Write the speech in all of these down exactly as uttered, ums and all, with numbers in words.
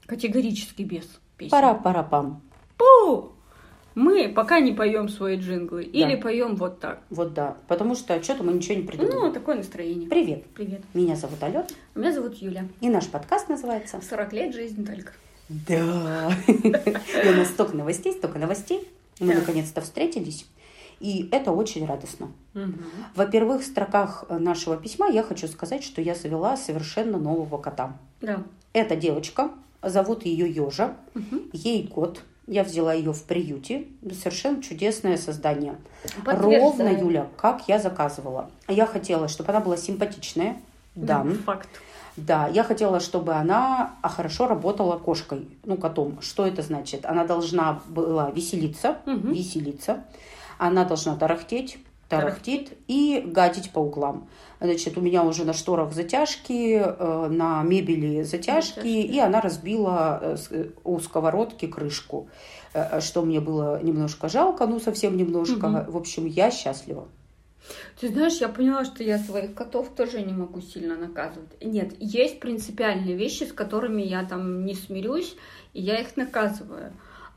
Категорически без песен. Пара-пара-пам. Пу! Мы пока не поем свои джинглы. Да. Или поем вот так. Вот да. Потому что что-то мы ничего не придумали. Ну, такое настроение. Привет. Привет. Меня зовут Алена. Меня зовут Юля. И наш подкаст называется сорок лет жизни только. Да. И у нас столько новостей, столько новостей. Мы наконец-то встретились. И это очень радостно. Во-первых, в строках нашего письма я хочу сказать, что я завела совершенно нового кота. Да. Это девочка. Зовут ее Ёжа. Ей год. Я взяла ее в приюте. Совершенно чудесное создание. Ровно, Юля, как я заказывала. Я хотела, чтобы она была симпатичная. Да. Да, факт. Да, я хотела, чтобы она хорошо работала кошкой, ну, котом. Что это значит? Она должна была веселиться, угу. веселиться. Она должна тарахтеть, тарахтит и гадить по углам. Значит, у меня уже на шторах затяжки, на мебели затяжки, затяжки. И она разбила у сковородки крышку, что мне было немножко жалко, ну, совсем немножко. Угу. В общем, я счастлива. Ты знаешь, я поняла, что я своих котов тоже не могу сильно наказывать. Нет, есть принципиальные вещи, с которыми я там не смирюсь, и я их наказываю.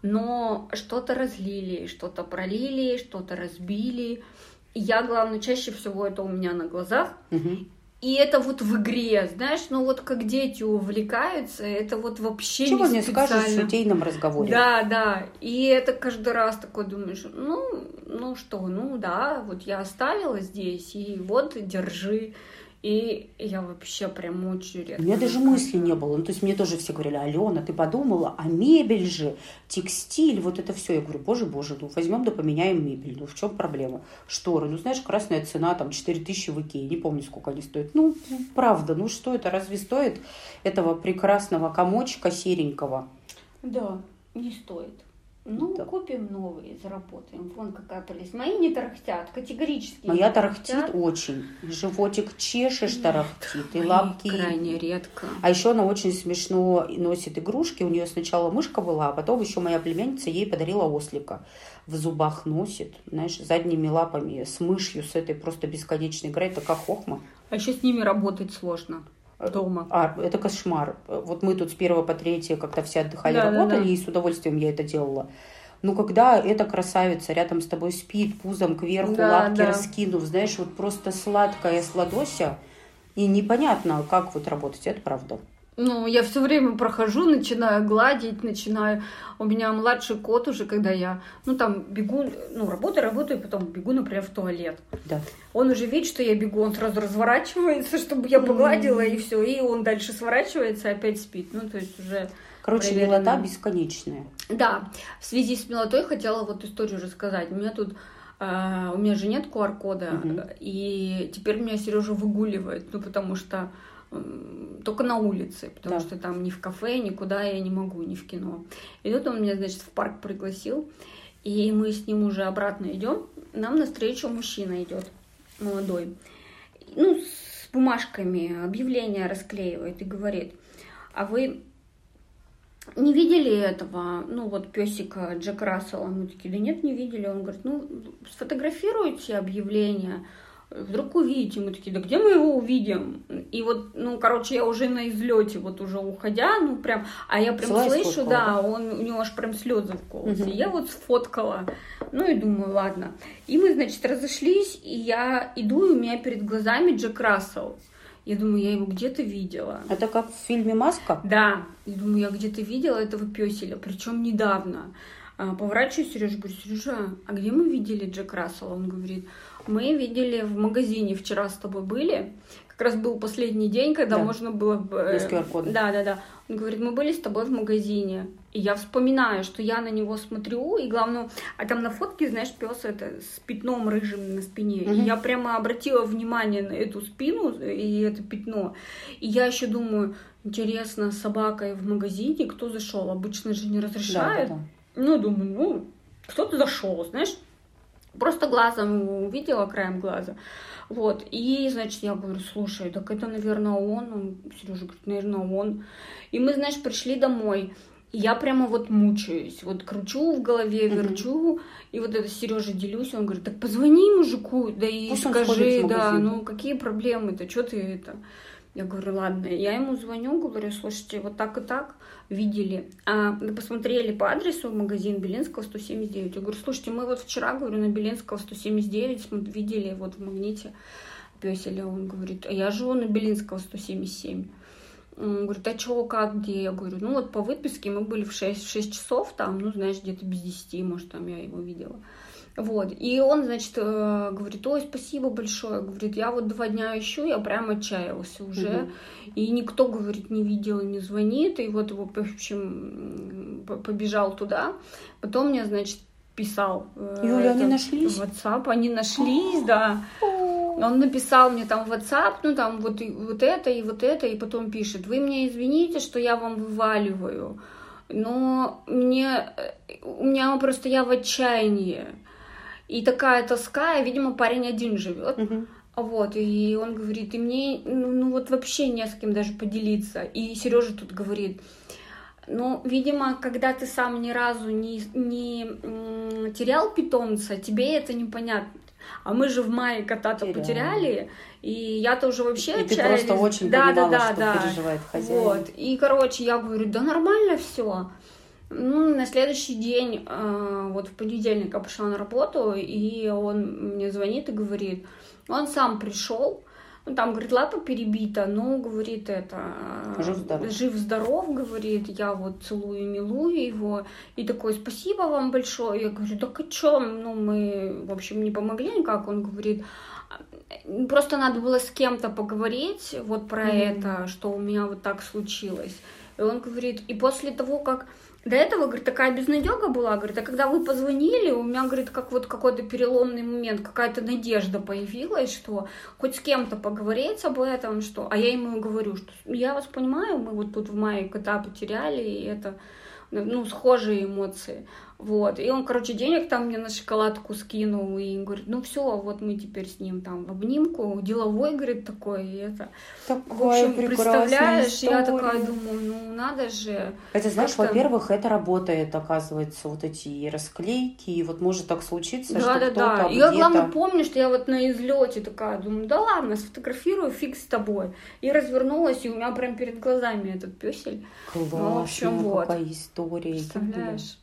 Но что-то разлили, что-то пролили, что-то разбили. И я, главное, чаще всего это у меня на глазах. Угу. И это вот в игре, знаешь, ну вот как дети увлекаются, это вот вообще чего не не скажешь в шутейном разговоре. Да, да, и это каждый раз такой думаешь, ну, ну что, ну да, вот я оставила здесь, и вот держи. И я вообще прям очень редко. У меня даже мысли не было. Ну, то есть мне тоже все говорили: Алена, ты подумала, а мебель же, текстиль, вот это все. Я говорю: боже, боже, ну возьмем да поменяем мебель. Ну в чем проблема? Шторы, ну знаешь, красная цена, там четыре тысячи в Икее, не помню, сколько они стоят. Ну, правда, ну что это, разве стоит этого прекрасного комочка серенького? Да, не стоит. Ну, да. Купим новые, заработаем. Вон какая прелесть. Мои не тарахтят, категорически. Моя тарахтит очень. Животик чешешь, тарахтит. И лапки. Крайне редко. А еще она очень смешно носит игрушки. У нее сначала мышка была, а потом еще моя племянница ей подарила ослика. В зубах носит, знаешь, задними лапами, с мышью, с этой просто бесконечно играет. Такая хохма. А еще с ними работать сложно. Дома. А, это кошмар. Вот мы тут с первого по третье как-то все отдыхали, да, работали, да, да. И с удовольствием я это делала. Но когда эта красавица рядом с тобой спит, пузом кверху, да, лапки да. раскинув, знаешь, вот просто сладкая сладося, и непонятно, как вот работать, это правда. Ну, я все время прохожу, начинаю гладить, начинаю... У меня младший кот уже, когда я, ну, там, бегу, ну, работаю, работаю, потом бегу, например, в туалет. Да. Он уже видит, что я бегу, он сразу разворачивается, чтобы я погладила, mm-hmm. и все, и он дальше сворачивается и опять спит. Ну, то есть уже... Короче, проверено. милота бесконечная. Да, в связи с милотой хотела вот историю рассказать. У меня тут... Uh, у меня же нет ку ар кода, mm-hmm. и теперь меня Сережа выгуливает, ну, потому что... только на улице, потому да. что там ни в кафе, никуда я не могу, ни в кино. И тут он меня, значит, в парк пригласил, и мы с ним уже обратно идем. Нам навстречу мужчина идет, молодой, ну, с бумажками объявления расклеивает и говорит: а вы не видели этого, ну, вот песика Джек Рассела? Мы такие: да нет, не видели. Он говорит: ну, сфотографируйте объявление, вдруг увидите. Мы такие: да где мы его увидим? И вот, ну, короче, я уже на излете, вот уже уходя, ну, прям, а я прям Слайс слышу, сфоткала, да, да, он, у него аж прям слезы в голосе. Угу. Я вот сфоткала, ну, и думаю, ладно. И мы, значит, разошлись, и я иду, и у меня перед глазами Джек Рассел. Я думаю, я его где-то видела. Это как в фильме «Маска»? Да. Я думаю, я где-то видела этого пёселя, причем недавно. Поворачиваюсь, Сережа, говорю: Сережа, а где мы видели Джек Рассела? Он говорит: мы видели в магазине, вчера с тобой были. Как раз был последний день, когда да. можно было... Без ку ар кода. Да, да, да. Он говорит: мы были с тобой в магазине. И я вспоминаю, что я на него смотрю, и главное, а там на фотке, знаешь, пес это с пятном рыжим на спине. Угу. И я прямо обратила внимание на эту спину и это пятно. И я еще думаю, интересно, с собакой в магазине кто зашел? Обычно же не разрешают. Да, да, да. Ну, думаю, ну, кто-то зашел, знаешь. Просто глазом увидела, краем глаза. Вот. И, значит, я говорю: слушай, так это, наверное, он. Он Сережа говорит: наверное, он. И мы, знаешь, пришли домой. И я прямо вот мучаюсь. Вот кручу в голове, верчу. Mm-hmm. И вот это с Сережей делюсь. Он говорит: так позвони мужику, да и Пусть скажи, да, ну какие проблемы-то, что ты это... Я говорю, ладно. Я ему звоню, говорю, слушайте, вот так и так видели. А, посмотрели по адресу магазин Белинского сто семьдесят девять. Я говорю, слушайте, мы вот вчера, говорю, на Белинского сто семьдесят девять видели вот в Магните пёселя. Он говорит, а я живу на Белинского сто семьдесят семь. Он говорит, а чего, как, где? Я говорю, ну вот по выписке мы были в шесть, в шесть часов там, ну знаешь, где-то без десяти, может, там я его видела. Вот, и он, значит, говорит, ой, спасибо большое, говорит, я вот два дня ищу, я прям отчаялся уже, угу. И никто, говорит, не видел, не звонит, и вот его, в общем, побежал туда, потом мне, значит, писал. Юля, они нашлись? В WhatsApp, они нашлись, да. Он написал мне там в WhatsApp, ну там вот, вот это и вот это, и потом пишет, вы мне извините, что я вам вываливаю, но мне, у меня просто я в отчаянии. И такая тоска, и, видимо, парень один живет. Uh-huh. Вот, и он говорит, и мне, ну, ну вот вообще не с кем даже поделиться. И Сережа тут говорит, ну, видимо, когда ты сам ни разу не, не м, терял питомца, тебе это непонятно. А мы же в мае кота-то Терял. потеряли, и я-то уже вообще и отчаялась. Ты просто очень да, понимала, да, да, что да. переживает хозяин. Вот, и, короче, я говорю, да нормально все. Ну, на следующий день, вот в понедельник я пошла на работу, и он мне звонит и говорит, он сам пришел, ну, там, говорит, лапа перебита, ну, говорит, это... Жив-здоров. Жив-здоров, говорит, я вот целую, милую его, и такой, спасибо вам большое. Я говорю, так о чем? Ну, мы, в общем, не помогли никак. Он говорит, просто надо было с кем-то поговорить вот про mm-hmm. это, что у меня вот так случилось. И он говорит, и после того, как... До этого, говорит, такая безнадега была, говорит, а когда вы позвонили, у меня, говорит, как вот какой-то переломный момент, какая-то надежда появилась, что хоть с кем-то поговорить об этом, что... А я ему говорю, что я вас понимаю, мы вот тут в мае кота потеряли, и это, ну, схожие эмоции. Вот. И он, короче, денег там мне на шоколадку скинул и говорит, ну все, вот мы теперь с ним там в обнимку, деловой, говорит, такой, и это. Такая в общем, представляешь, история. я такая думаю, ну надо же. Это, знаешь, как-то... во-первых, это работает, оказывается, вот эти расклейки, и вот может так случиться, да, что да, кто-то да. где-то... Я, главное, помню, что я вот на излете такая думаю, да ладно, сфотографирую, фиг с тобой. И развернулась, и у меня прям перед глазами этот пёсель. Классно, ну, в общем, какая вот. история. Представляешь?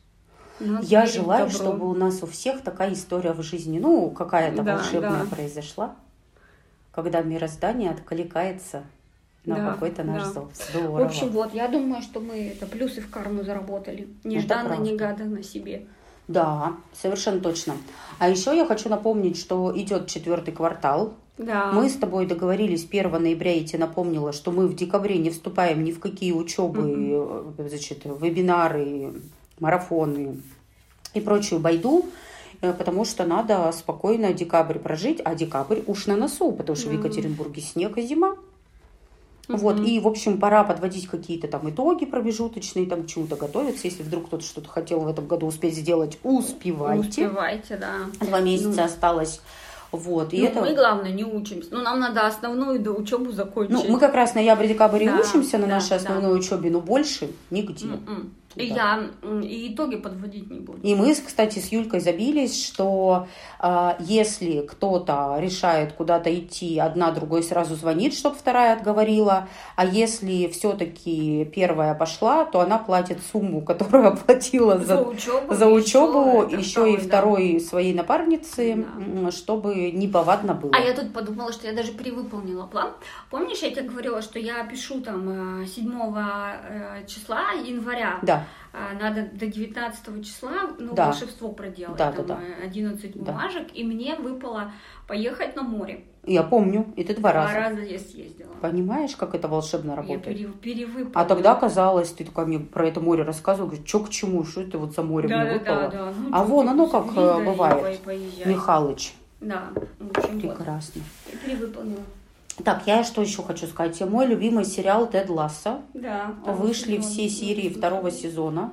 Я желаю, добро. чтобы у нас у всех такая история в жизни, ну, какая-то да, волшебная да. произошла, когда мироздание откликается на да, какой-то наш да. зов. Здорово. В общем, вот, я думаю, что мы это плюсы в карму заработали. Нежданно-негаданно себе. Да, совершенно точно. А еще я хочу напомнить, что идет четвертый квартал. Да. Мы с тобой договорились первого ноября, я тебе напомнила, что мы в декабре не вступаем ни в какие учебы, mm-hmm. значит, вебинары, марафоны и прочую байду, потому что надо спокойно декабрь прожить, а декабрь уж на носу, потому что mm-hmm. в Екатеринбурге снег и зима. Mm-hmm. Вот, и, в общем, пора подводить какие-то там итоги промежуточные, там к чему-то готовиться. Если вдруг кто-то что-то хотел в этом году успеть сделать, успевайте. Успевайте, да. Два месяца ну. осталось. Вот, и ну, это... мы, главное, не учимся. Ну, нам надо основную до учебу закончить. Ну, мы как раз ноябрь-декабрь да, учимся на да, нашей основной да. учебе, но больше нигде. Mm-mm. И да. я и итоги подводить не буду. И мы, кстати, с Юлькой забились, что э, если кто-то решает куда-то идти, одна другой сразу звонит, чтобы вторая отговорила, а если все-таки первая пошла, то она платит сумму, которую оплатила за, за учебу, за учебу еще, еще второй, и второй да. своей напарнице, да. чтобы неповадно было. А я тут подумала, что я даже перевыполнила план. Помнишь, я тебе говорила, что я пишу там седьмого числа января? Да. Надо до девятнадцатого числа ну, да. волшебство проделать, да, там да, да. одиннадцать бумажек, да. и мне выпало поехать на море. Я помню, и ты два, два раза. Два раза я съездила. Понимаешь, как это волшебно работает? Я пере, перевыполнила. А тогда казалось, ты такая мне про это море рассказывала, говоришь, что к чему, что это вот за море да, мне выпало? Да, да. Ну, а вон оно как видно, бывает, по- Михалыч. Да, в общем, прекрасно. Вот. Я перевыполнила. Так, я что еще хочу сказать? Мой любимый сериал «Тед Лассо». Да. Вышли сезон, все серии сезон. второго сезона.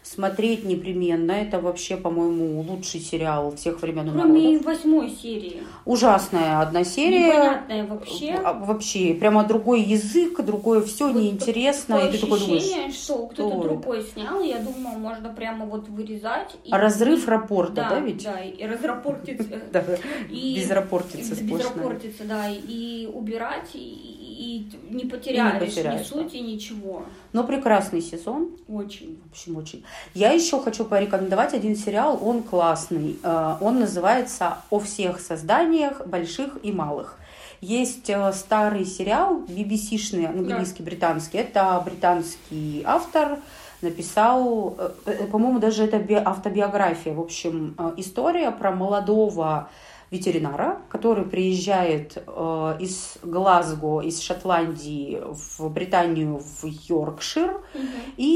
смотреть непременно. Это вообще, по-моему, лучший сериал всех времен и народов. Кроме восьмой серии. Ужасная одна серия. Непонятная вообще. Вообще, прямо другой язык, другое все вот неинтересно. Такое и ты ощущение, такой думаешь, что кто-то другой снял, я думаю, можно прямо вот вырезать. И... Разрыв рапорта, да, да, ведь? Да, и разрапортиться. Безрапортица сплошная. Безрапортица, да, и убирать, и не потеряешь ни сути, ничего. Но прекрасный сезон. Очень. В общем, очень. Я еще хочу порекомендовать один сериал, он классный. Он называется «О всех созданиях, больших и малых». Есть старый сериал, би би си-шный, английский, да. британский. Это британский автор, написал, по-моему, даже это автобиография. В общем, история про молодого ветеринара, который приезжает э, из Глазго, из Шотландии в Британию, в Йоркшир, угу.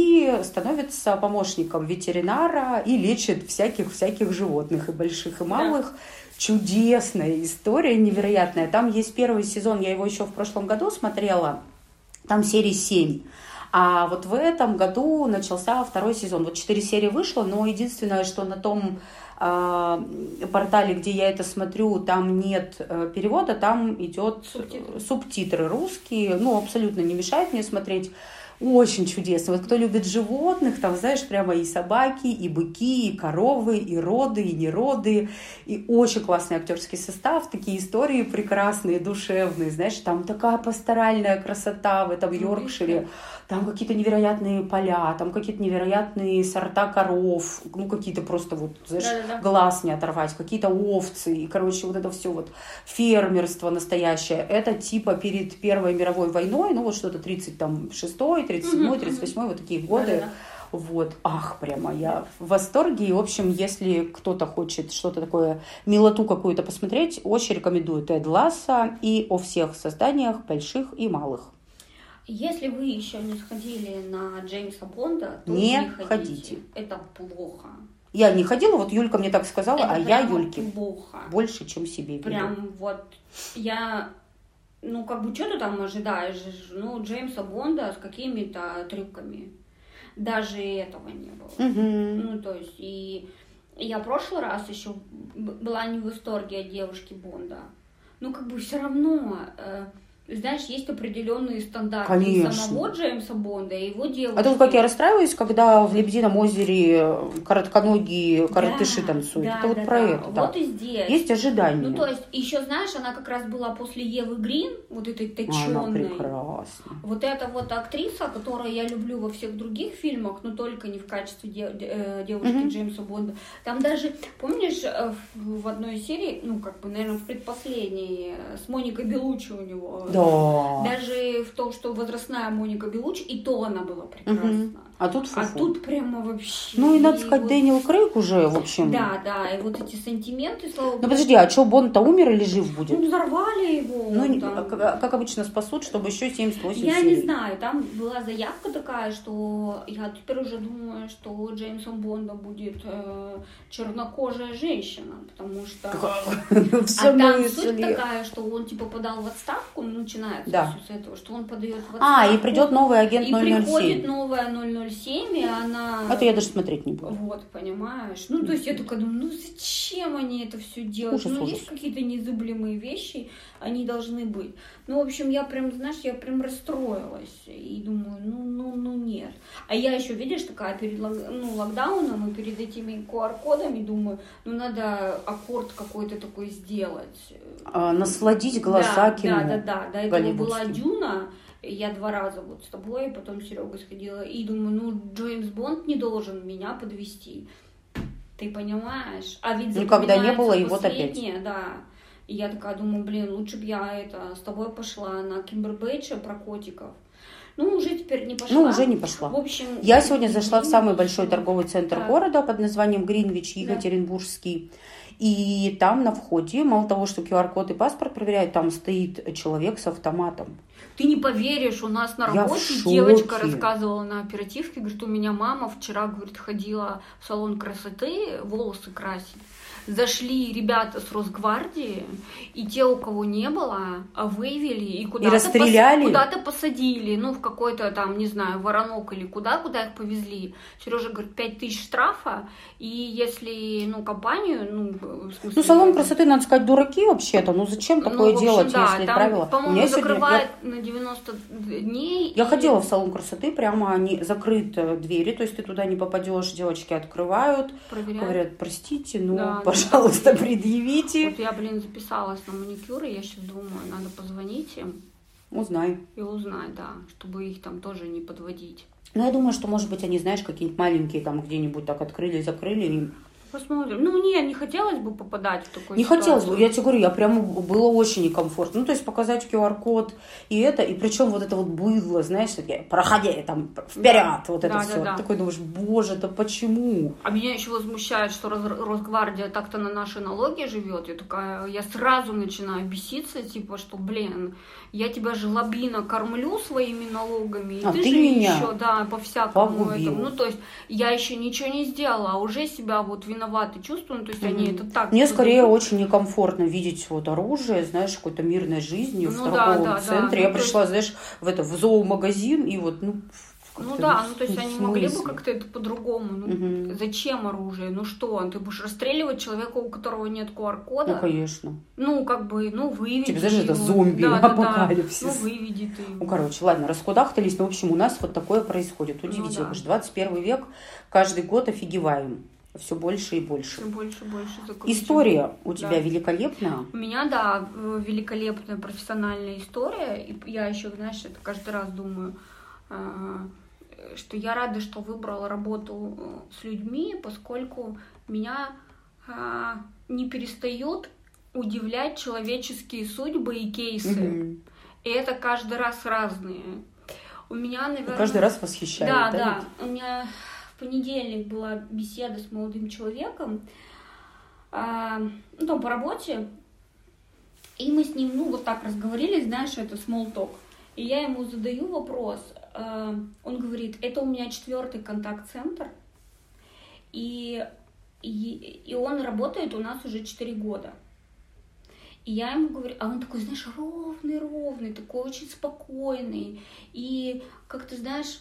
и становится помощником ветеринара и лечит всяких-всяких животных, и больших, и малых. Да. Чудесная история, невероятная. Там есть первый сезон, я его еще в прошлом году смотрела, там серии семь. А вот в этом году начался второй сезон. Вот четыре серии вышло, но единственное, что на том э, портале, где я это смотрю, там нет э, перевода, там идет субтитры. субтитры русские. Ну, абсолютно не мешает мне смотреть. Очень чудесно. Вот кто любит животных, там, знаешь, прямо и собаки, и быки, и коровы, и роды, и нероды. И очень классный актерский состав, такие истории прекрасные, душевные. Знаешь, там такая пасторальная красота в этом Йоркшире. Там какие-то невероятные поля, там какие-то невероятные сорта коров, ну, какие-то просто вот, знаешь, да-да-да. глаз не оторвать, какие-то овцы, и, короче, вот это все вот фермерство настоящее. Это типа перед Первой мировой войной, ну, вот что-то тридцать шестой, тридцать седьмой, тридцать восьмой, вот такие годы. Да-да-да. Вот, ах, прямо я в восторге. И, в общем, если кто-то хочет что-то такое, милоту какую-то посмотреть, очень рекомендую Тед Лассо и «О всех созданиях, больших и малых». Если вы еще не сходили на Джеймса Бонда, то не, не ходите. ходите. Это плохо. Я не ходила, вот Юлька мне так сказала, это а я Юльке плохо. Больше, чем себе. Прям беру. вот я, ну как бы, что ты там ожидаешь? Ну, Джеймса Бонда с какими-то трюками. Даже этого не было. Угу. Ну, то есть, и я в прошлый раз еще была не в восторге от девушки Бонда. Ну, как бы все равно... Знаешь, есть определенные стандарты Конечно. самого Джеймса Бонда и его девушки. А тут как я расстраиваюсь, когда в «Лебедином озере» коротконогие коротыши да, танцуют. Да, это вот да, про да. это. Вот и здесь. Есть ожидания. Ну, то есть, еще, знаешь, она как раз была после Евы Грин, вот этой точеной. Она прекрасна. Вот эта вот актриса, которую я люблю во всех других фильмах, но только не в качестве де- де- девушки mm-hmm. Джеймса Бонда. Там даже, помнишь, в одной серии, ну, как бы, наверное, в предпоследней, с Моникой Беллуччи у него... Да. Даже в том, что возрастная Моника Беллуччи, и то она была прекрасна. Угу. А тут фу-фу. А тут прямо вообще... Ну и надо сказать, вот... Дэниел Крейг уже, в общем... Да, да, и вот эти сантименты, слава богу... Ну подожди, а что, Бонд-то умер или жив будет? Ну, взорвали его. Ну, там... как, как обычно спасут, чтобы еще семьдесят восемь Я серий. не знаю, там была заявка такая, что я теперь уже думаю, что Джеймсом Бондом будет э, чернокожая женщина, потому что... А там суть такая, что он типа подал в отставку, начинается да. все с этого, что он подает в отставку. А, и придет новый агент и ноль ноль семь. И приходит новая ноль ноль семь, и она... Это я даже смотреть не буду. Вот, понимаешь? Ну, то есть я такая думаю, ну зачем они это все делают? Ужас, ну, ужас. Есть какие-то незыблемые вещи, они должны быть. Ну, в общем, я прям, знаешь, я прям расстроилась. И думаю, ну, ну, ну, нет. А я еще, видишь, такая перед ну, локдауном и перед этими ку ар-кодами думаю, ну, надо аккорд какой-то такой сделать. А, насладить глаза да, кино. Да, да, да. До этого была Дюна. Я два раза вот с тобой, потом с Серегой сходила. И думаю, ну, Джеймс Бонд не должен меня подвести. Ты понимаешь? А ведь никогда не было, и вот опять. Да. И я такая думаю, блин, лучше бы я это с тобой пошла на Кимбербэтча про котиков. Ну, уже теперь не пошла. Ну, уже не пошла. В общем, я сегодня зашла в самый большой торговый центр да. города под названием Гринвич, Екатеринбургский. Да. И там на входе, мало того, что ку ар-код и паспорт проверяют, там стоит человек с автоматом. Ты не поверишь, у нас на работе девочка рассказывала на оперативке, говорит, у меня мама вчера, говорит, ходила в салон красоты волосы красить. зашли ребята с Росгвардии, и те, у кого не было, вывели и куда-то, и расстреляли? Пос, куда-то посадили, ну, в какой-то там, не знаю, Воронок или куда, куда их повезли. Сережа говорит, пять тысяч штрафа, и если, ну, компанию, ну, в смысле... Ну, салон красоты, надо сказать, дураки вообще-то, ну, зачем такое ну, делать, да, если там, правило? По-моему, закрывает я... на девяносто дней. Я и... ходила в салон красоты, прямо они закрыты двери, то есть ты туда не попадешь, девочки открывают, проверяют. Говорят, простите, ну, да, пожалуйста, да. предъявите. Вот я, блин, записалась на маникюр, и я сейчас думаю, надо позвонить им. Узнай. И узнать, да, чтобы их там тоже не подводить. Ну, я думаю, что, может быть, они, знаешь, какие-нибудь маленькие там где-нибудь так открыли, закрыли и... Посмотрим. Ну, не, не хотелось бы попадать в такую Не ситуацию. хотелось бы, я тебе говорю, я прямо было очень некомфортно. Ну, то есть показать ку ар код и это, и причем вот это вот быдло, знаешь, проходи там вперед, да, вот это да, все. Да, да. Такой думаешь, боже, да почему? А меня еще возмущает, что Росгвардия так-то на наши налоги живет. Я такая, я сразу начинаю беситься, типа, что, блин, я тебя же лобина кормлю своими налогами, и а ты, ты же меня еще, да, по-всякому погубил. этому. Ну, то есть я еще ничего не сделала, а уже себя вот виноваты чувствую, то есть mm-hmm. они это так... Мне скорее очень некомфортно видеть вот оружие, знаешь, какой-то мирной жизнью ну, в торговом да, да, центре. Да. Я ну, пришла, есть... знаешь, в, это, в зоомагазин и вот, ну... Ну да, ну то есть они могли бы как-то это по-другому. Ну, угу. Зачем оружие? Ну что, ты будешь расстреливать человека, у которого нет ку ар кода? Ну, конечно. Ну, как бы, ну, выведи. Типа, знаешь, это зомби, да, апокалипсис. Да, да. Ну, выведи ты. Ну, короче, ладно, раскудахтались. Ну, в общем, у нас вот такое происходит. Удивительно. Ну, да. двадцать первый век, каждый год офигеваем. Все больше и больше. Все больше и больше. История у тебя да. великолепная? У меня, да, великолепная профессиональная история. И я еще, знаешь, это каждый раз думаю... что я рада, что выбрала работу с людьми, поскольку меня а, не перестают удивлять человеческие судьбы и кейсы. Mm-hmm. И это каждый раз разные. У меня, наверное... И каждый раз восхищает, да? Да, да. У меня в понедельник была беседа с молодым человеком, а, ну, там, по работе, и мы с ним, ну, вот так разговорились, знаешь, это small talk. И я ему задаю вопрос, он говорит, это у меня четвертый контакт-центр, и, и, и он работает у нас уже четыре года. И я ему говорю, а он такой, знаешь, ровный-ровный, такой очень спокойный, и как ты знаешь...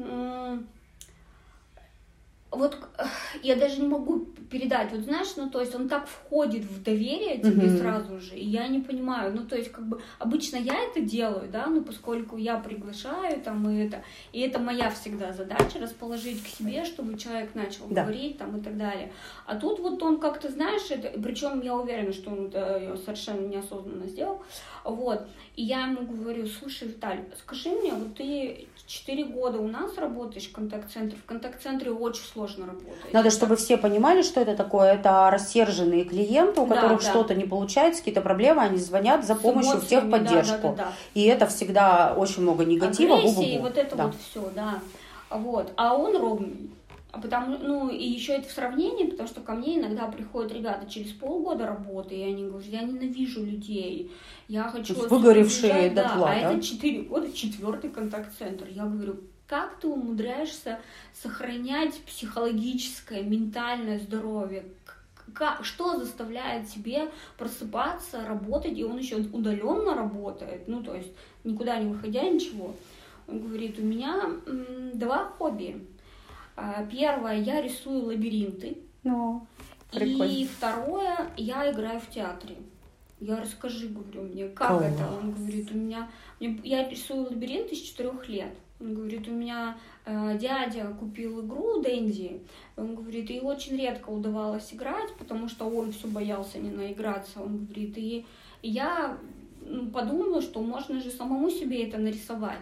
Вот я даже не могу передать, вот знаешь, ну то есть он так входит в доверие тебе mm-hmm. сразу же, и я не понимаю, ну то есть как бы обычно я это делаю, да, ну поскольку я приглашаю там и это, и это моя всегда задача расположить к себе, чтобы человек начал да. говорить там и так далее, а тут вот он как-то, знаешь, это, причем я уверена, что он это совершенно неосознанно сделал, вот, и я ему говорю, слушай, Виталий, скажи мне, вот ты четыре года у нас работаешь в контакт-центре, в контакт-центре очень сложно работать. Надо, чтобы все понимали, что это такое. Это рассерженные клиенты, у да, которых да. что-то не получается, какие-то проблемы, они звонят за помощью в техподдержку. Да, да, да, да. И это всегда очень много негатива. Агрессии, и вот это да. вот все, да. Вот. А он ровный. А потому, ну, и еще это в сравнении, потому что ко мне иногда приходят ребята через полгода работы, и они говорят, я ненавижу людей, я хочу... Выгоревшие доклад, да, да? А это четыре года, четвертый контакт-центр. Я говорю, как ты умудряешься сохранять психологическое, ментальное здоровье? Как, что заставляет тебе просыпаться, работать, и он еще удаленно работает, ну, то есть никуда не выходя, ничего. Он говорит, у меня м, два хобби. Первое, я рисую лабиринты. Ну, и второе, я играю в театре. Я расскажи, говорю, мне, как О. это? Он говорит, у меня, я рисую лабиринты с четырех лет. Он говорит, у меня э, дядя купил игру Дэнди. Он говорит, и очень редко удавалось играть, потому что он все боялся не наиграться. Он говорит, и, и я подумала, что можно же самому себе это нарисовать.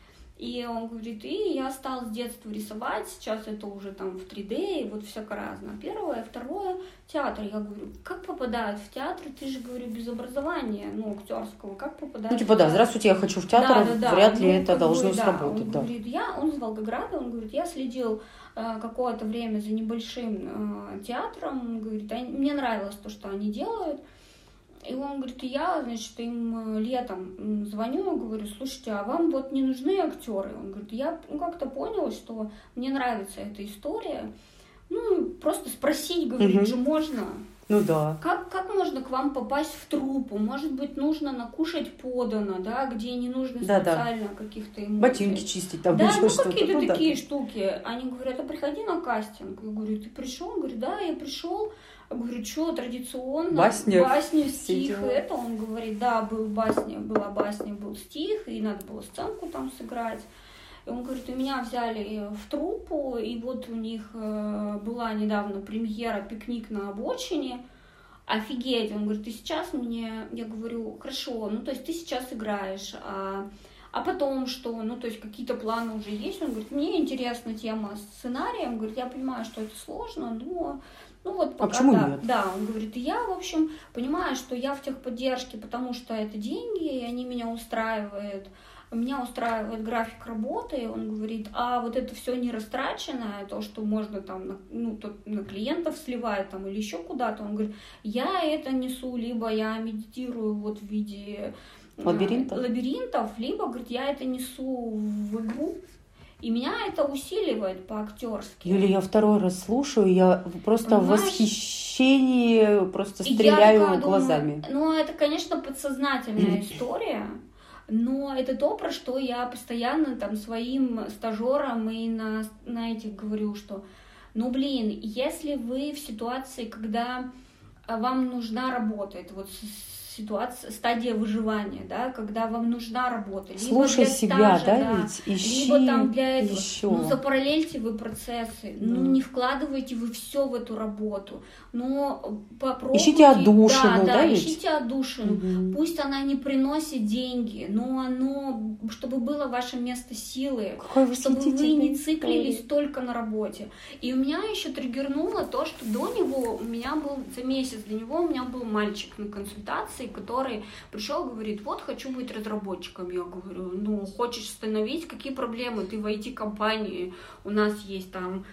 И он говорит, и я стал с детства рисовать, сейчас это уже там в три дэ, и вот всякое разное. Первое, второе, театр. Я говорю, как попадают в театр? Ты же, говорю, без образования, ну, актерского, как попадают Ну, типа, да, здравствуйте, я хочу в театр, да, да, вряд да. ли ну, это должно бы, сработать. Да. Он да. говорит, я, он из Волгограда, он говорит, я следил э, какое-то время за небольшим э, театром, он говорит, а, мне нравилось то, что они делают. И он говорит, я, значит, им летом звоню, говорю, слушайте, а вам вот не нужны актеры? Он говорит, я ну, как-то поняла, что мне нравится эта история. Ну, просто спросить, говорит, угу. же можно. Ну да. Как, как можно к вам попасть в труппу? Может быть, нужно накушать подано, да, где не нужно Да, да. специально каких-то эмоций. Ботинки чистить, там да, еще ну, что-то. какие-то Ну, такие да. штуки. Они говорят, а приходи на кастинг. Я говорю, ты пришел? Он говорит, да, я пришел. Я говорю, что, традиционно? Басня. Басня, стих. дела. Это он говорит, да, был басня, была басня, был стих, и надо было сценку там сыграть. И он говорит, у меня взяли в труппу, и вот у них э, была недавно премьера «Пикник на обочине». Офигеть. Он говорит, ты сейчас мне... Я говорю, хорошо, ну то есть ты сейчас играешь, а, а потом что? Ну то есть какие-то планы уже есть? Он говорит, мне интересна тема сценария. Он говорит, я понимаю, что это сложно, но... Ну вот пока а почему да. нет? Да, он говорит, и я, в общем, понимаю, что я в техподдержке, потому что это деньги, и они меня устраивают. Меня устраивает график работы, он говорит, а вот это все не растраченное, то, что можно там, на, ну, то, на клиентов сливать там или еще куда-то, он говорит, я это несу, либо я медитирую вот в виде лабиринтов, лабиринтов либо, говорит, я это несу в игру. И меня это усиливает по-актерски. Юля, я второй раз слушаю, я просто Понимаешь? в восхищении просто стреляю я глазами. Думаю, ну, это, конечно, подсознательная история. Но это то, про что я постоянно там своим стажерам и на, на этих говорю, что, ну, блин, если вы в ситуации, когда вам нужна работа, это вот ситуация, стадия выживания, да, когда вам нужна работа, либо слушай для себя, стажа, да, да, ведь ищи либо там для этого, еще. ну, запараллельте вы процессы, Да. ну, не вкладывайте вы все в эту работу, но попробуйте. Ищите отдушину, да, да, да, ведь? ищите отдушину, Угу. пусть она не приносит деньги, но оно, чтобы было ваше место силы, Какой чтобы вы не история. циклились только на работе. И у меня еще триггернуло то, что до него у меня был, за месяц до него у меня был мальчик на консультации, который пришел, говорит, вот хочу быть разработчиком. Я говорю, ну, хочешь становить, какие проблемы? Ты в ай ти-компании, у нас есть там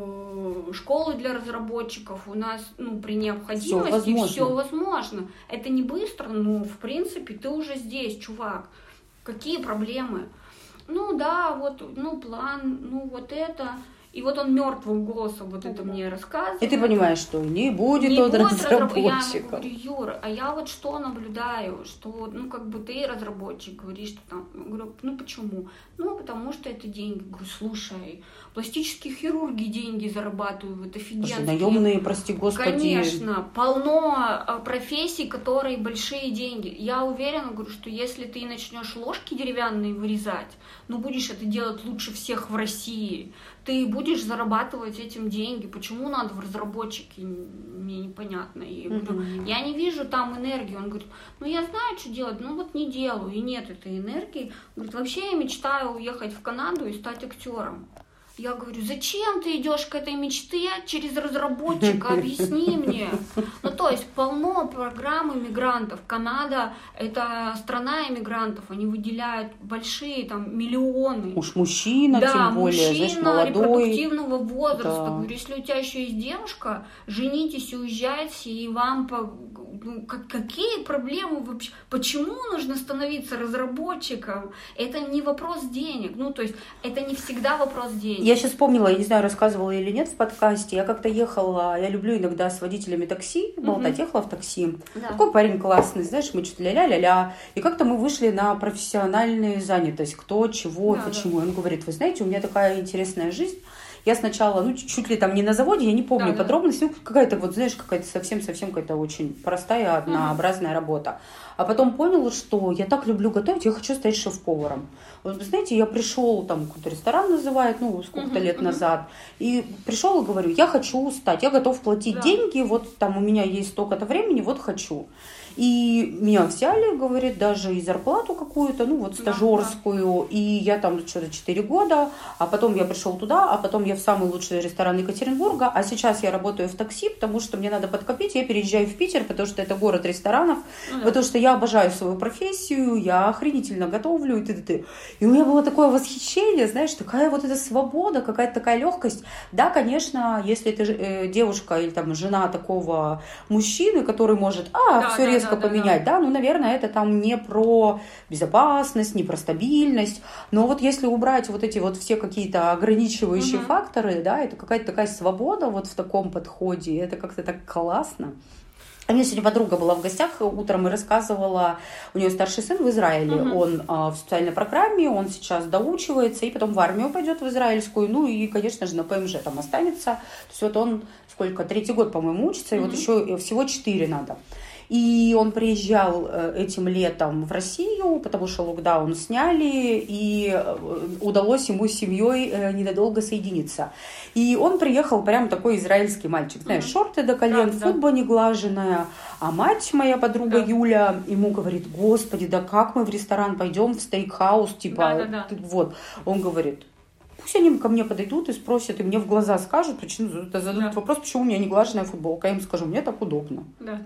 э, школы для разработчиков, у нас, ну, при необходимости все возможно. Это не быстро, но, в принципе, ты уже здесь, чувак. Какие проблемы? Ну, да, вот, ну, план, ну, вот это... И вот он мертвым голосом вот это мне рассказывает. И ты понимаешь, что не будет не он будет разработчиком. Я говорю, Юра, а я вот что наблюдаю, что, ну, как бы ты разработчик, говоришь, что там, я говорю, ну, почему? Ну, потому что это деньги. Говорю, слушай, пластические хирурги деньги зарабатывают, офигенские. Наемные, прости господи. Конечно, полно профессий, которые большие деньги. Я уверена, говорю, что если ты начнешь ложки деревянные вырезать, ну, будешь это делать лучше всех в России, ты будешь зарабатывать этим деньги. Почему надо в разработчике? Мне непонятно. И я, говорю, uh-huh. я не вижу там энергии. Он говорит, ну я знаю, что делать, ну вот не делаю. И нет этой энергии. Он говорит, вообще я мечтаю уехать в Канаду и стать актером. Я говорю, зачем ты идешь к этой мечте через разработчика? Объясни мне. Ну, то есть полно программ иммигрантов. Канада – это страна иммигрантов. Они выделяют большие там миллионы. Уж мужчина, да, тем более, мужчина, знаешь, молодой. репродуктивного возраста. Да. Говорю, если у тебя еще есть девушка, женитесь и уезжайте, и вам... По... Ну, как, какие проблемы вообще? Почему нужно становиться разработчиком? Это не вопрос денег. Ну, то есть, это не всегда вопрос денег. Я сейчас вспомнила, я не знаю, рассказывала или нет в подкасте, я как-то ехала, я люблю иногда с водителями такси, болтать, uh-huh. ехала в такси. Да. Такой парень классный, знаешь, мы что-то ля-ля-ля-ля. И как-то мы вышли на профессиональную занятость, кто, чего, да, почему. Да. Он говорит, вы знаете, у меня такая интересная жизнь. Я сначала, ну, чуть ли там не на заводе, я не помню да, подробности, да. ну, какая-то вот, знаешь, какая-то совсем-совсем какая-то очень простая, однообразная uh-huh. работа. А потом поняла, что я так люблю готовить, я хочу стать шеф-поваром. Вот, вы знаете, я пришел, там, какой-то ресторан называют, ну, сколько-то uh-huh, лет uh-huh. назад, и пришел и говорю, я хочу стать, я готов платить да. деньги, вот там у меня есть столько-то времени, вот хочу. И меня взяли, говорит, даже и зарплату какую-то, ну вот стажерскую, да, да. И я там что-то четыре года, а потом я пришел туда, а потом я в самый лучший ресторан Екатеринбурга, а сейчас я работаю в такси, потому что мне надо подкопить, я переезжаю в Питер, потому что это город ресторанов, ну, да. потому что я обожаю свою профессию, я охренительно готовлю, и т.д. И у меня было такое восхищение, знаешь, такая вот эта свобода, какая-то такая легкость. Да, конечно, если это э, девушка или там жена такого мужчины, который может, а, да, все да, резко немножечко да, поменять, да, да, ну, наверное, это там не про безопасность, не про стабильность, но вот если убрать вот эти вот все какие-то ограничивающие угу. факторы, да, это какая-то такая свобода вот в таком подходе, это как-то так классно. У меня сегодня подруга была в гостях утром и рассказывала, у нее старший сын в Израиле, uh-huh. он а, в специальной программе, он сейчас доучивается и потом в армию пойдет в израильскую, ну и, конечно же, на ПМЖ там останется. То есть вот он сколько, третий год, по-моему, учится, uh-huh. и вот еще всего четыре надо. И он приезжал этим летом в Россию, потому что локдаун сняли, и удалось ему с семьей ненадолго соединиться. И он приехал прям такой израильский мальчик, знаешь, mm-hmm. шорты до колен, да, футбол да. неглаженная. А мать, моя подруга да. Юля, ему говорит: господи, да как мы в ресторан пойдем, в стейкхаус, типа, да, да, да. вот. Он говорит: пусть они ко мне подойдут и спросят, и мне в глаза скажут, почему зададут да. вопрос, почему у меня неглаженная футболка. Я им скажу: мне так удобно. Да.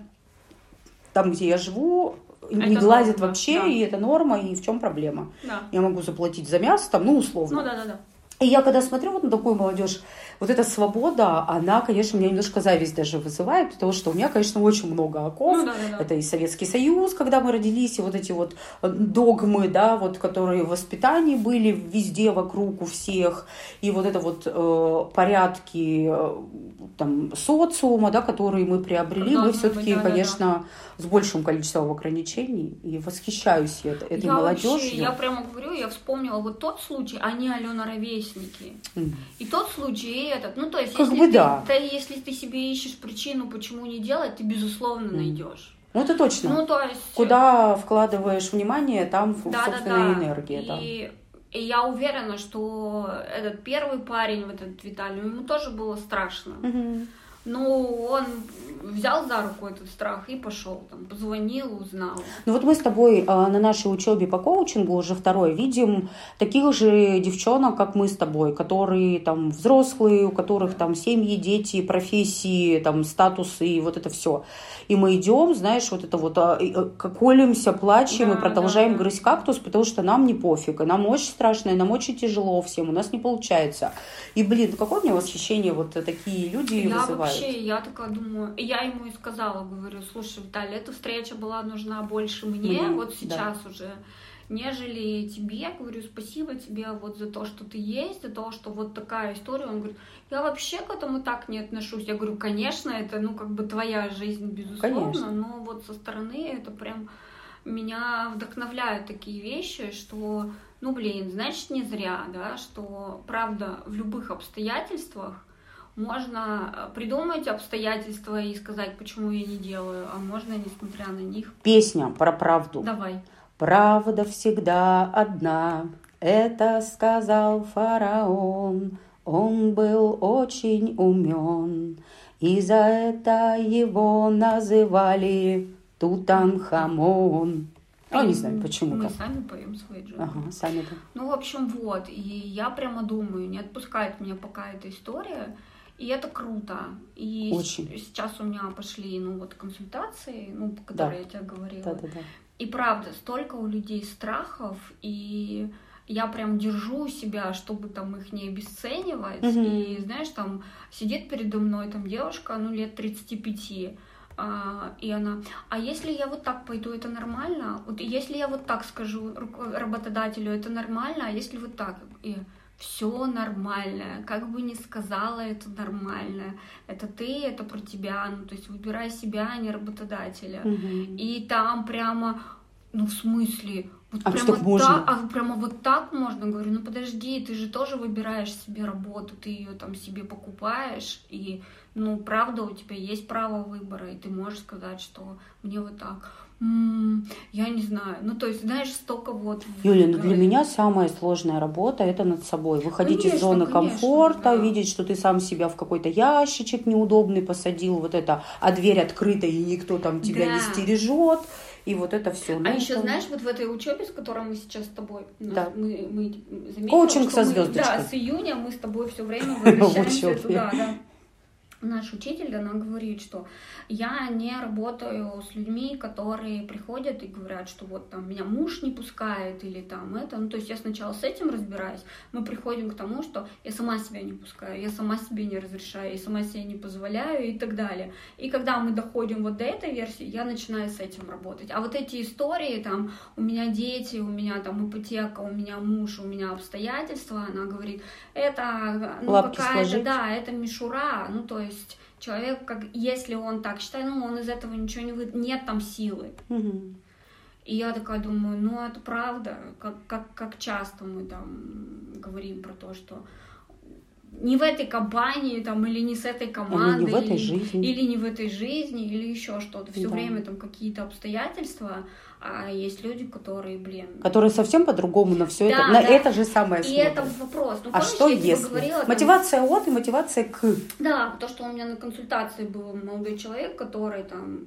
Там, где я живу, это не гладят норма, вообще, да. и это норма, и в чем проблема? Да. Я могу заплатить за мясо, там, ну, условно. Ну, да, да, да. И я когда смотрю вот на такую молодежь, вот эта свобода, она, конечно, меня немножко зависть даже вызывает, потому что у меня, конечно, очень много оков. Ну, да, да, да. Это и Советский Союз, когда мы родились, и вот эти вот догмы, да, вот, которые в воспитании были везде вокруг у всех, и вот это вот э, порядки э, там, социума, да, которые мы приобрели, да, мы все-таки, да, конечно, да, да. с большим количеством ограничений, и восхищаюсь я этой я молодежью. Вообще, я прямо говорю, я вспомнила вот тот случай, они Алена ровесники. Mm. И тот случай, и этот. Ну, то есть, как если, бы ты, да. ты, если ты себе ищешь причину, почему не делать, ты, безусловно, mm. найдешь. Ну, это точно. Ну, то есть... Куда вкладываешь внимание, там, да, собственно, да, да. энергия. И, да. и я уверена, что этот первый парень, вот этот Виталий, ему тоже было страшно. Mm-hmm. Ну, он взял за руку этот страх и пошел, там, позвонил, узнал. Ну вот мы с тобой а, на нашей учебе по коучингу уже второй видим таких же девчонок, как мы с тобой, которые там взрослые, у которых там семьи, дети, профессии, там статусы и вот это все. И мы идем, знаешь, вот это вот а, колемся, плачем да, и продолжаем да, грызть кактус, потому что нам не пофиг, и нам очень страшно, и нам очень тяжело всем, у нас не получается. И, блин, какое у меня восхищение вот такие люди я вызывают. Вообще, я такая думаю, я ему и сказала, говорю: слушай, Виталий, эта встреча была нужна больше мне, mm-hmm, вот сейчас да. уже, нежели тебе. Говорю: спасибо тебе вот за то, что ты есть, за то, что вот такая история. Он говорит: я вообще к этому так не отношусь. Я говорю: конечно, это, ну, как бы твоя жизнь, безусловно, конечно. Но вот со стороны это прям меня вдохновляют такие вещи, что, ну, блин, значит, не зря, да, что, правда, в любых обстоятельствах можно придумать обстоятельства и сказать, почему я не делаю, а можно, несмотря на них. Песня про правду. Давай. Правда всегда одна, это сказал фараон. Он был очень умен, и за это его называли Тутанхамон. Я не знаю, почему. Мы сами поем свои джингл. Ага, сами, да. Ну, в общем, вот. И я прямо думаю, не отпускает меня пока эта история. И это круто. И очень. Сейчас у меня пошли, ну, вот, консультации, ну, по которым да. я тебе говорила. Да, да, да. И правда, столько у людей страхов, и я прям держу себя, чтобы там их не обесценивать. Угу. И, знаешь, там сидит передо мной там девушка, ну, лет тридцати пяти, а, и она: а если я вот так пойду, это нормально? Вот если я вот так скажу работодателю, это нормально? А если вот так? И все нормально, как бы ни сказала, это нормально. Это ты, это про тебя. Ну, то есть выбирай себя, а не работодателя. Угу. И там прямо, ну, в смысле, вот а прямо, что можно? Так, а прямо вот так можно? Говорю: ну подожди, ты же тоже выбираешь себе работу, ты ее там себе покупаешь, и, ну, правда, у тебя есть право выбора, и ты можешь сказать, что мне вот так. М-м, я не знаю. Ну, то есть, знаешь, столько вот... Юля, ну, для меня самая сложная работа — это над собой. Выходить конечно, из зоны конечно, комфорта, да. видеть, что ты сам себя в какой-то ящичек неудобный посадил, вот это, а дверь открыта, и никто там тебя да. не стережет. И вот это все. А ну, еще, это... знаешь, вот в этой учебе, с которой мы сейчас с тобой, да. мы, мы заметили, коучинг со мы, звездочкой. Да, с июня мы с тобой все время возвращаемся туда, да. наш учитель, она говорит, что я не работаю с людьми, которые приходят и говорят, что вот там меня муж не пускает или там это. Ну, то есть я сначала с этим разбираюсь, мы приходим к тому, что я сама себя не пускаю, я сама себе не разрешаю, я сама себе не позволяю и так далее. И когда мы доходим вот до этой версии, я начинаю с этим работать. А вот эти истории, там, у меня дети, у меня там ипотека, у меня муж, у меня обстоятельства, она говорит, это, ну, какая-то, да, это мишура, ну, то есть человек, как, если он так считает, ну, он из этого ничего не выйдет, нет там силы. Угу. И я такая думаю, ну, это правда, как, как, как часто мы там говорим про то, что не в этой компании, там, или не с этой командой, или не в этой или, жизни, или не в этой жизни, или еще что-то. Все да. время там какие-то обстоятельства, а есть люди, которые, блин... Которые совсем по-другому на все да, это, на да. это же самое смотрят. И это вопрос. Ну, а помнишь, что я если? Говорила, там... Мотивация от и мотивация к. Да, то, что у меня на консультации был молодой человек, который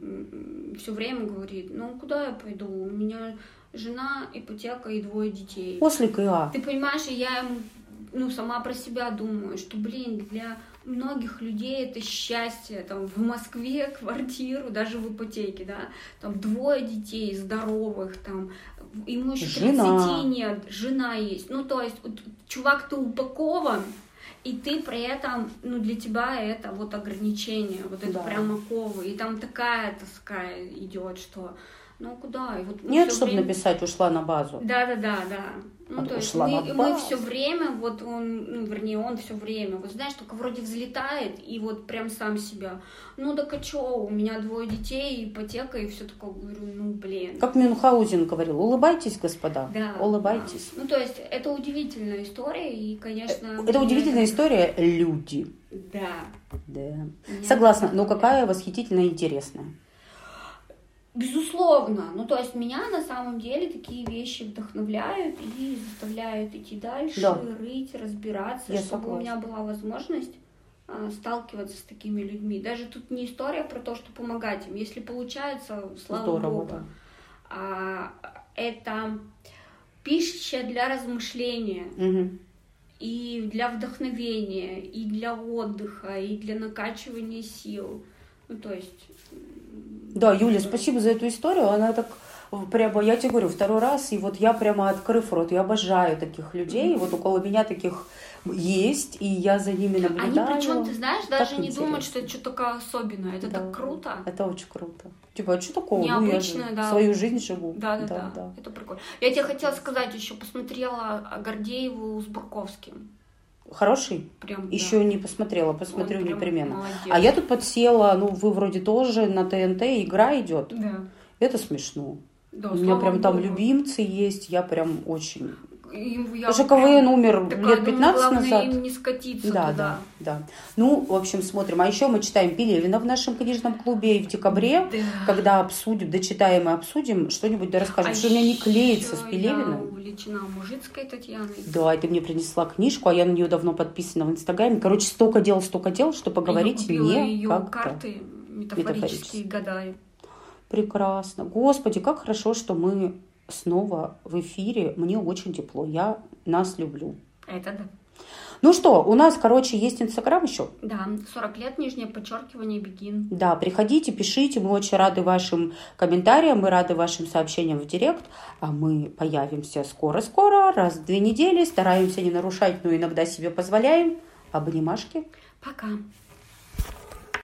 там все время говорит, ну, куда я пойду? У меня жена, ипотека и двое детей. После КА. Ты понимаешь, и я ему, ну, сама про себя думаю, что, блин, для многих людей это счастье, там, в Москве квартиру, даже в ипотеке, да, там, двое детей здоровых, там, ему еще тридцати нет, жена есть, ну, то есть, чувак, ты упакован, и ты при этом, ну, для тебя это вот ограничение, вот это да. прям оковы, и там такая тоска идет, что... Ну куда? И вот нет, чтобы время... написать «ушла на базу». Да, да, да, да. Ну, вот то есть мы, мы все время, вот он, ну, вернее, он все время, вот знаешь, только вроде взлетает и вот прям сам себя. Ну так а чё, у меня двое детей, ипотека и все такое. Говорю, ну блин. Как Мюнхгаузен говорил, улыбайтесь, господа, да, улыбайтесь. Да. Ну то есть это удивительная история и, конечно... Это удивительная это... история люди. Да. Да. Меня согласна, но какая восхитительная и интересная. Безусловно. Ну, то есть меня на самом деле такие вещи вдохновляют и заставляют идти дальше, да. рыть, разбираться, Я чтобы согласна. у меня была возможность а, сталкиваться с такими людьми. Даже тут не история про то, что помогать им. Если получается, слава Здорово, Богу. Да. А, это пища для размышления. Угу. И для вдохновения, и для отдыха, и для накачивания сил. Ну, то есть... Да, Юля, спасибо за эту историю. Она так прямо, я тебе говорю, второй раз, и вот я прямо открыв рот, я обожаю таких людей. Mm-hmm. Вот около меня таких есть, и я за ними наблюдаю. Они причем, ты знаешь, даже так не интересно. думают, что это что-то такое особенное. Это да. так круто. Это очень круто. Типа, а что такого? Необычно, ну, я да. свою жизнь живу. Да, да, да, да, да. Это прикольно. Я тебе хотела сказать еще, посмотрела Гордееву с Бурковским. Хороший? Прям, еще да. не посмотрела, посмотрю непременно. Молодец. А я тут подсела, ну вы вроде тоже на ТНТ, игра идет. Да. Это смешно. Да, у меня прям Богу. там любимцы есть, я прям очень... Я Уже КВН умер такая, лет пятнадцать думаю, назад. Им не скатиться да, туда. да, да. Ну, в общем, смотрим. А еще мы читаем Пелевина в нашем книжном клубе. И в декабре, да. когда обсудим, дочитаем и обсудим, что-нибудь да расскажем. А что у меня не клеится с Пелевиным. Я увлечена Мужицкой Татьяной. Да, и ты мне принесла книжку, а я на нее давно подписана в Инстаграме. Короче, столько дел, столько дел, что поговорить я купила не ее как-то. карты метафорические, гадаю. Прекрасно. Господи, как хорошо, что мы снова в эфире. Мне очень тепло. Я нас люблю. Это да. Ну что, у нас, короче, есть Инстаграм еще? Да, сорок лет, нижнее подчеркивание, Бегин. Да, приходите, пишите. Мы очень рады вашим комментариям, мы рады вашим сообщениям в директ. А мы появимся скоро-скоро, раз в две недели. Стараемся не нарушать, но иногда себе позволяем. Обнимашки. Пока.